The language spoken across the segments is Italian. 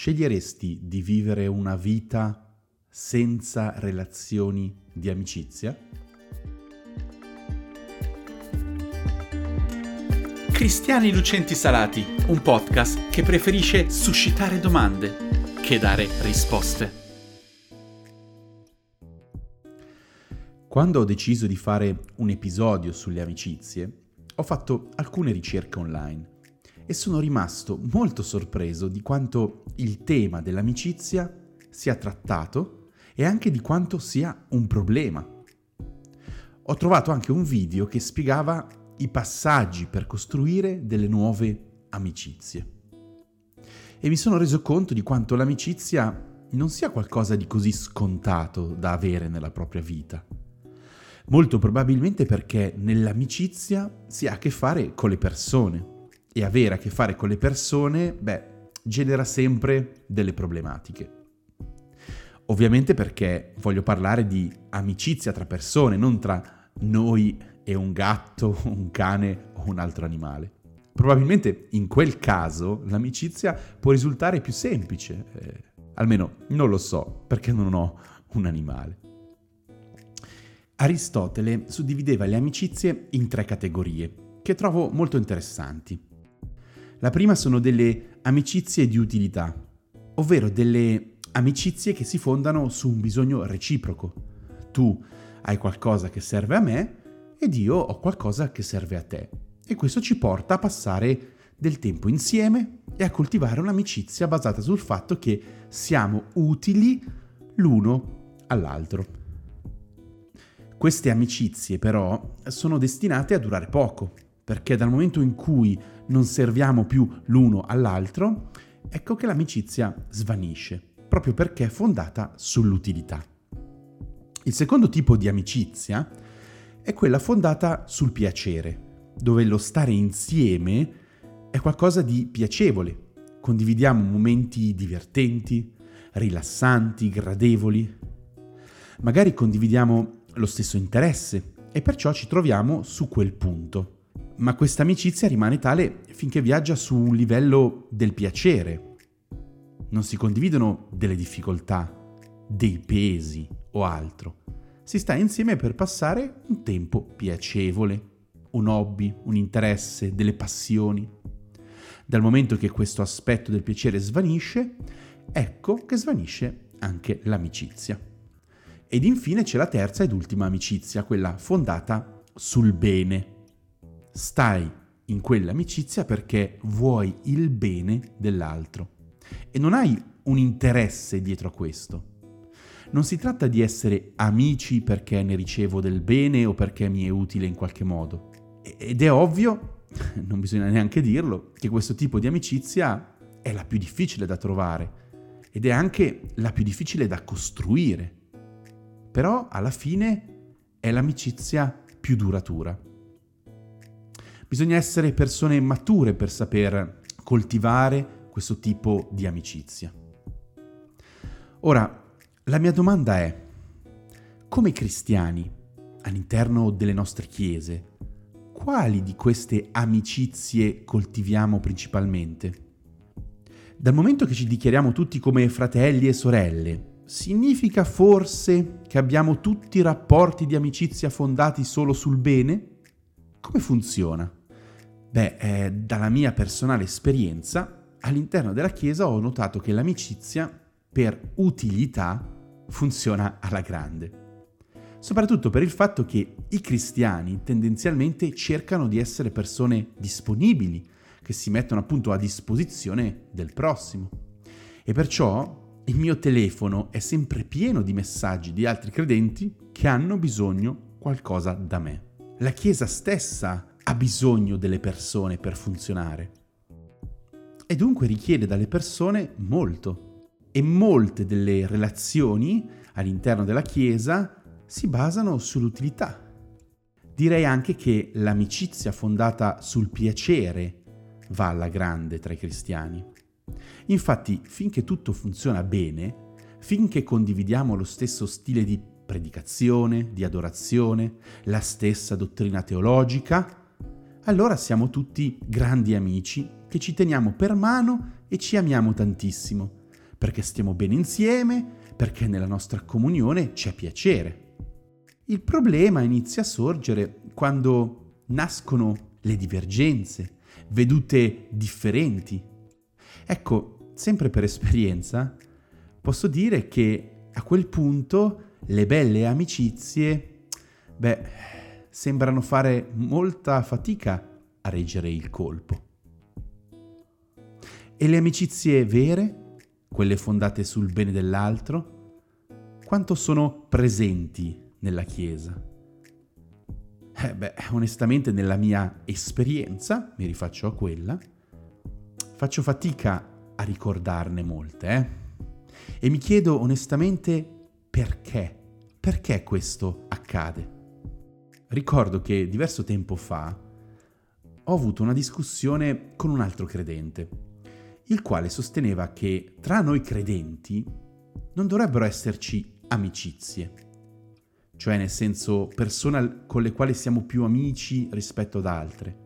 Sceglieresti di vivere una vita senza relazioni di amicizia? Cristiani Lucenti Salati, un podcast che preferisce suscitare domande che dare risposte. Quando ho deciso di fare un episodio sulle amicizie, ho fatto alcune ricerche online e sono rimasto molto sorpreso di quanto il tema dell'amicizia sia trattato e anche di quanto sia un problema. Ho trovato anche un video che spiegava i passaggi per costruire delle nuove amicizie. E mi sono reso conto di quanto l'amicizia non sia qualcosa di così scontato da avere nella propria vita. Molto probabilmente perché nell'amicizia si ha a che fare con le persone. E avere a che fare con le persone, genera sempre delle problematiche. Ovviamente perché voglio parlare di amicizia tra persone, non tra noi e un gatto, un cane o un altro animale. Probabilmente in quel caso l'amicizia può risultare più semplice, almeno non lo so, perché non ho un animale. Aristotele suddivideva le amicizie in 3 categorie, che trovo molto interessanti. La prima sono delle amicizie di utilità, ovvero delle amicizie che si fondano su un bisogno reciproco. Tu hai qualcosa che serve a me ed io ho qualcosa che serve a te. E questo ci porta a passare del tempo insieme e a coltivare un'amicizia basata sul fatto che siamo utili l'uno all'altro. Queste amicizie però sono destinate a durare poco, perché dal momento in cui non serviamo più l'uno all'altro, ecco che l'amicizia svanisce, proprio perché è fondata sull'utilità. Il secondo tipo di amicizia è quella fondata sul piacere, dove lo stare insieme è qualcosa di piacevole. Condividiamo momenti divertenti, rilassanti, gradevoli. Magari condividiamo lo stesso interesse e perciò ci troviamo su quel punto. Ma questa amicizia rimane tale finché viaggia su un livello del piacere. Non si condividono delle difficoltà, dei pesi o altro. Si sta insieme per passare un tempo piacevole, un hobby, un interesse, delle passioni. Dal momento che questo aspetto del piacere svanisce, ecco che svanisce anche l'amicizia. Ed infine c'è la terza ed ultima amicizia, quella fondata sul bene. Stai in quell'amicizia perché vuoi il bene dell'altro e non hai un interesse dietro a questo. Non si tratta di essere amici perché ne ricevo del bene o perché mi è utile in qualche modo. Ed è ovvio, non bisogna neanche dirlo, che questo tipo di amicizia è la più difficile da trovare ed è anche la più difficile da costruire. Però alla fine è l'amicizia più duratura. Bisogna essere persone mature per saper coltivare questo tipo di amicizia. Ora, la mia domanda è: come cristiani, all'interno delle nostre chiese, quali di queste amicizie coltiviamo principalmente? Dal momento che ci dichiariamo tutti come fratelli e sorelle, significa forse che abbiamo tutti rapporti di amicizia fondati solo sul bene? Come funziona? Dalla mia personale esperienza, all'interno della Chiesa ho notato che l'amicizia per utilità funziona alla grande. Soprattutto per il fatto che i cristiani tendenzialmente cercano di essere persone disponibili, che si mettono appunto a disposizione del prossimo. E perciò il mio telefono è sempre pieno di messaggi di altri credenti che hanno bisogno qualcosa da me. La Chiesa stessa ha bisogno delle persone per funzionare e dunque richiede dalle persone molto. E molte delle relazioni all'interno della Chiesa si basano sull'utilità. Direi anche che l'amicizia fondata sul piacere va alla grande tra i cristiani. Infatti, finché tutto funziona bene, finché condividiamo lo stesso stile di predicazione, di adorazione, la stessa dottrina teologica, allora siamo tutti grandi amici che ci teniamo per mano e ci amiamo tantissimo, perché stiamo bene insieme, perché nella nostra comunione c'è piacere. Il problema inizia a sorgere quando nascono le divergenze, vedute differenti. Ecco, sempre per esperienza, posso dire che a quel punto le belle amicizie, sembrano fare molta fatica a reggere il colpo. E le amicizie vere, quelle fondate sul bene dell'altro, quanto sono presenti nella Chiesa? Onestamente nella mia esperienza, mi rifaccio a quella, faccio fatica a ricordarne molte, E mi chiedo onestamente perché? Perché questo accade? Ricordo che diverso tempo fa ho avuto una discussione con un altro credente, il quale sosteneva che tra noi credenti non dovrebbero esserci amicizie, cioè nel senso persone con le quali siamo più amici rispetto ad altre,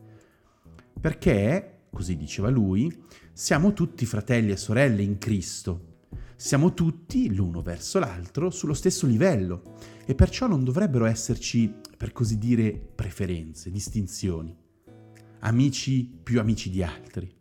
perché, così diceva lui, siamo tutti fratelli e sorelle in Cristo, siamo tutti l'uno verso l'altro sullo stesso livello e perciò non dovrebbero esserci, per così dire, preferenze, distinzioni, amici più amici di altri.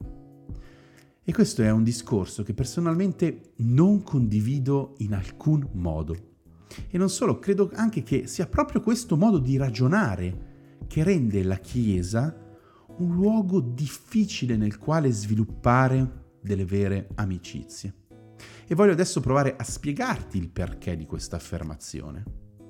E questo è un discorso che personalmente non condivido in alcun modo. E non solo, credo anche che sia proprio questo modo di ragionare che rende la Chiesa un luogo difficile nel quale sviluppare delle vere amicizie. E voglio adesso provare a spiegarti il perché di questa affermazione.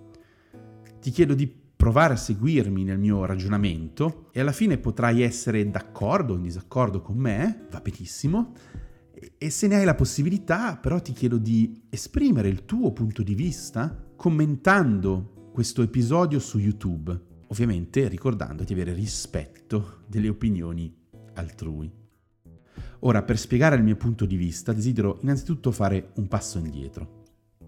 Ti chiedo di provare a seguirmi nel mio ragionamento e alla fine potrai essere d'accordo o in disaccordo con me, va benissimo, e se ne hai la possibilità però ti chiedo di esprimere il tuo punto di vista commentando questo episodio su YouTube, ovviamente ricordandoti di avere rispetto delle opinioni altrui. Ora, per spiegare il mio punto di vista, desidero innanzitutto fare un passo indietro.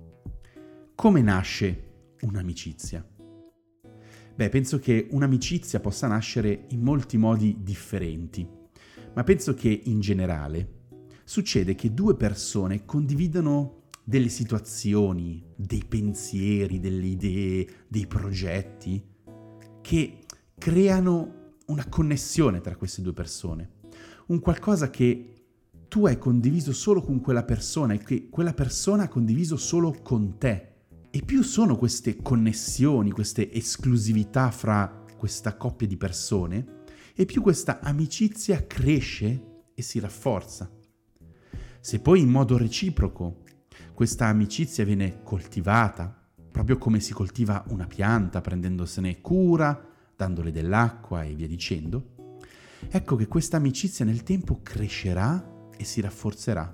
Come nasce un'amicizia? Penso che un'amicizia possa nascere in molti modi differenti, ma penso che in generale succede che due persone condividono delle situazioni, dei pensieri, delle idee, dei progetti che creano una connessione tra queste due persone. Un qualcosa che tu hai condiviso solo con quella persona e che quella persona ha condiviso solo con te. E più sono queste connessioni, queste esclusività fra questa coppia di persone, e più questa amicizia cresce e si rafforza. Se poi in modo reciproco questa amicizia viene coltivata, proprio come si coltiva una pianta, prendendosene cura, dandole dell'acqua e via dicendo, ecco che questa amicizia nel tempo crescerà e si rafforzerà.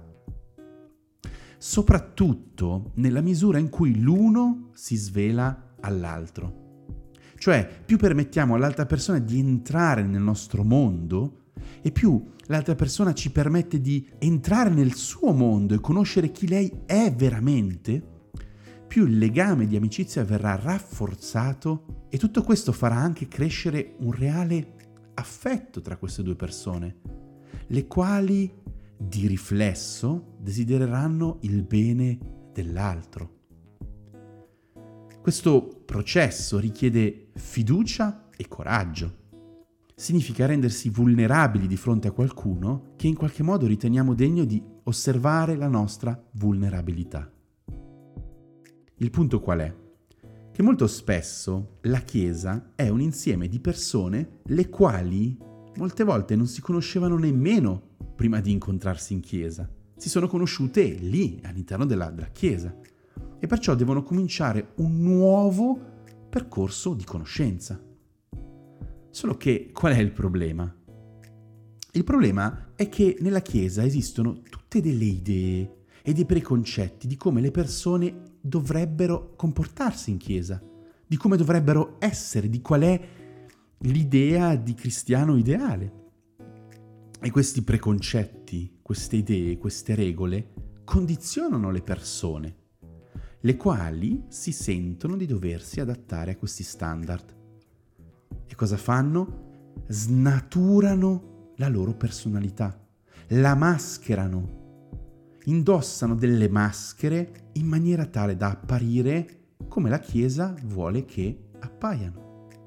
Soprattutto nella misura in cui l'uno si svela all'altro. Cioè, più permettiamo all'altra persona di entrare nel nostro mondo e più l'altra persona ci permette di entrare nel suo mondo e conoscere chi lei è veramente, più il legame di amicizia verrà rafforzato e tutto questo farà anche crescere un reale affetto tra queste due persone, le quali di riflesso desidereranno il bene dell'altro. Questo processo richiede fiducia e coraggio. Significa rendersi vulnerabili di fronte a qualcuno che in qualche modo riteniamo degno di osservare la nostra vulnerabilità. Il punto qual è? Che molto spesso la Chiesa è un insieme di persone le quali molte volte non si conoscevano nemmeno prima di incontrarsi in chiesa. Si sono conosciute lì, all'interno della Chiesa, e perciò devono cominciare un nuovo percorso di conoscenza. Solo che qual è il problema? Il problema è che nella Chiesa esistono tutte delle idee e dei preconcetti di come le persone dovrebbero comportarsi in Chiesa, di come dovrebbero essere, di qual è l'idea di cristiano ideale. E questi preconcetti, queste idee, queste regole condizionano le persone, le quali si sentono di doversi adattare a questi standard. E cosa fanno? Snaturano la loro personalità, la mascherano, indossano delle maschere in maniera tale da apparire come la Chiesa vuole che appaiano.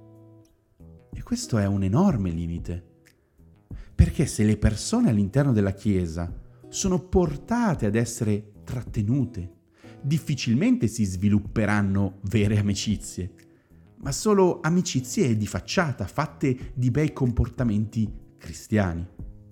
E questo è un enorme limite, perché se le persone all'interno della Chiesa sono portate ad essere trattenute, difficilmente si svilupperanno vere amicizie, ma solo amicizie di facciata, fatte di bei comportamenti cristiani.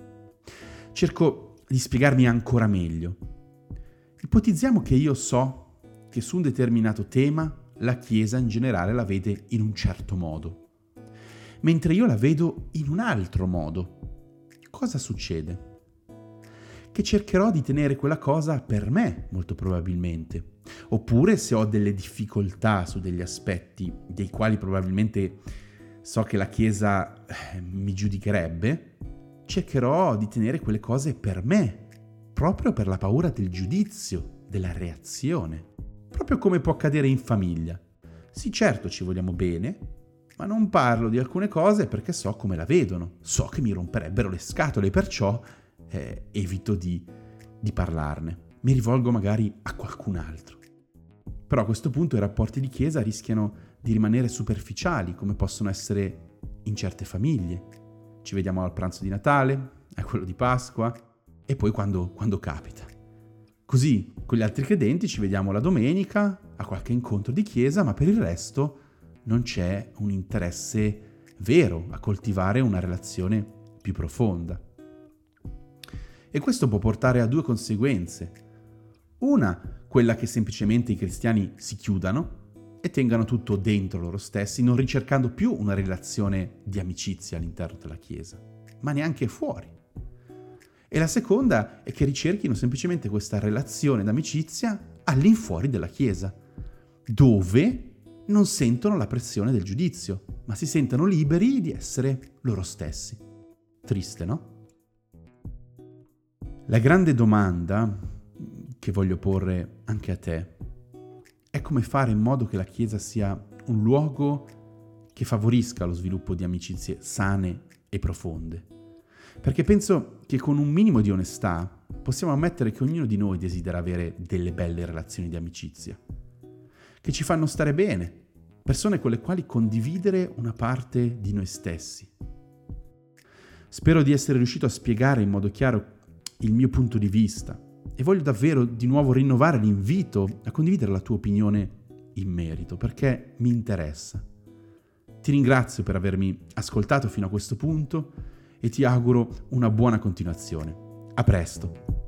Cerco di spiegarmi ancora meglio. Ipotizziamo che io so che su un determinato tema la Chiesa in generale la vede in un certo modo, mentre io la vedo in un altro modo. Cosa succede? Che cercherò di tenere quella cosa per me, molto probabilmente. Oppure se ho delle difficoltà su degli aspetti dei quali probabilmente so che la Chiesa mi giudicherebbe, cercherò di tenere quelle cose per me, proprio per la paura del giudizio, della reazione. Proprio come può accadere in famiglia. Sì, certo, ci vogliamo bene, ma non parlo di alcune cose perché so come la vedono. So che mi romperebbero le scatole, perciò evito di parlarne. Mi rivolgo magari a qualcun altro. Però a questo punto i rapporti di Chiesa rischiano di rimanere superficiali, come possono essere in certe famiglie. Ci vediamo al pranzo di Natale, a quello di Pasqua e poi quando capita. Così, con gli altri credenti ci vediamo la domenica, a qualche incontro di Chiesa, ma per il resto non c'è un interesse vero a coltivare una relazione più profonda. E questo può portare a due conseguenze. Una, quella che semplicemente i cristiani si chiudano e tengano tutto dentro loro stessi, non ricercando più una relazione di amicizia all'interno della Chiesa, ma neanche fuori. E la seconda è che ricerchino semplicemente questa relazione d'amicizia all'infuori della Chiesa, dove non sentono la pressione del giudizio, ma si sentono liberi di essere loro stessi. Triste, no? La grande domanda che voglio porre anche a te è come fare in modo che la Chiesa sia un luogo che favorisca lo sviluppo di amicizie sane e profonde. Perché penso che con un minimo di onestà possiamo ammettere che ognuno di noi desidera avere delle belle relazioni di amicizia, che ci fanno stare bene, persone con le quali condividere una parte di noi stessi. Spero di essere riuscito a spiegare in modo chiaro il mio punto di vista e voglio davvero di nuovo rinnovare l'invito a condividere la tua opinione in merito, perché mi interessa. Ti ringrazio per avermi ascoltato fino a questo punto e ti auguro una buona continuazione. A presto!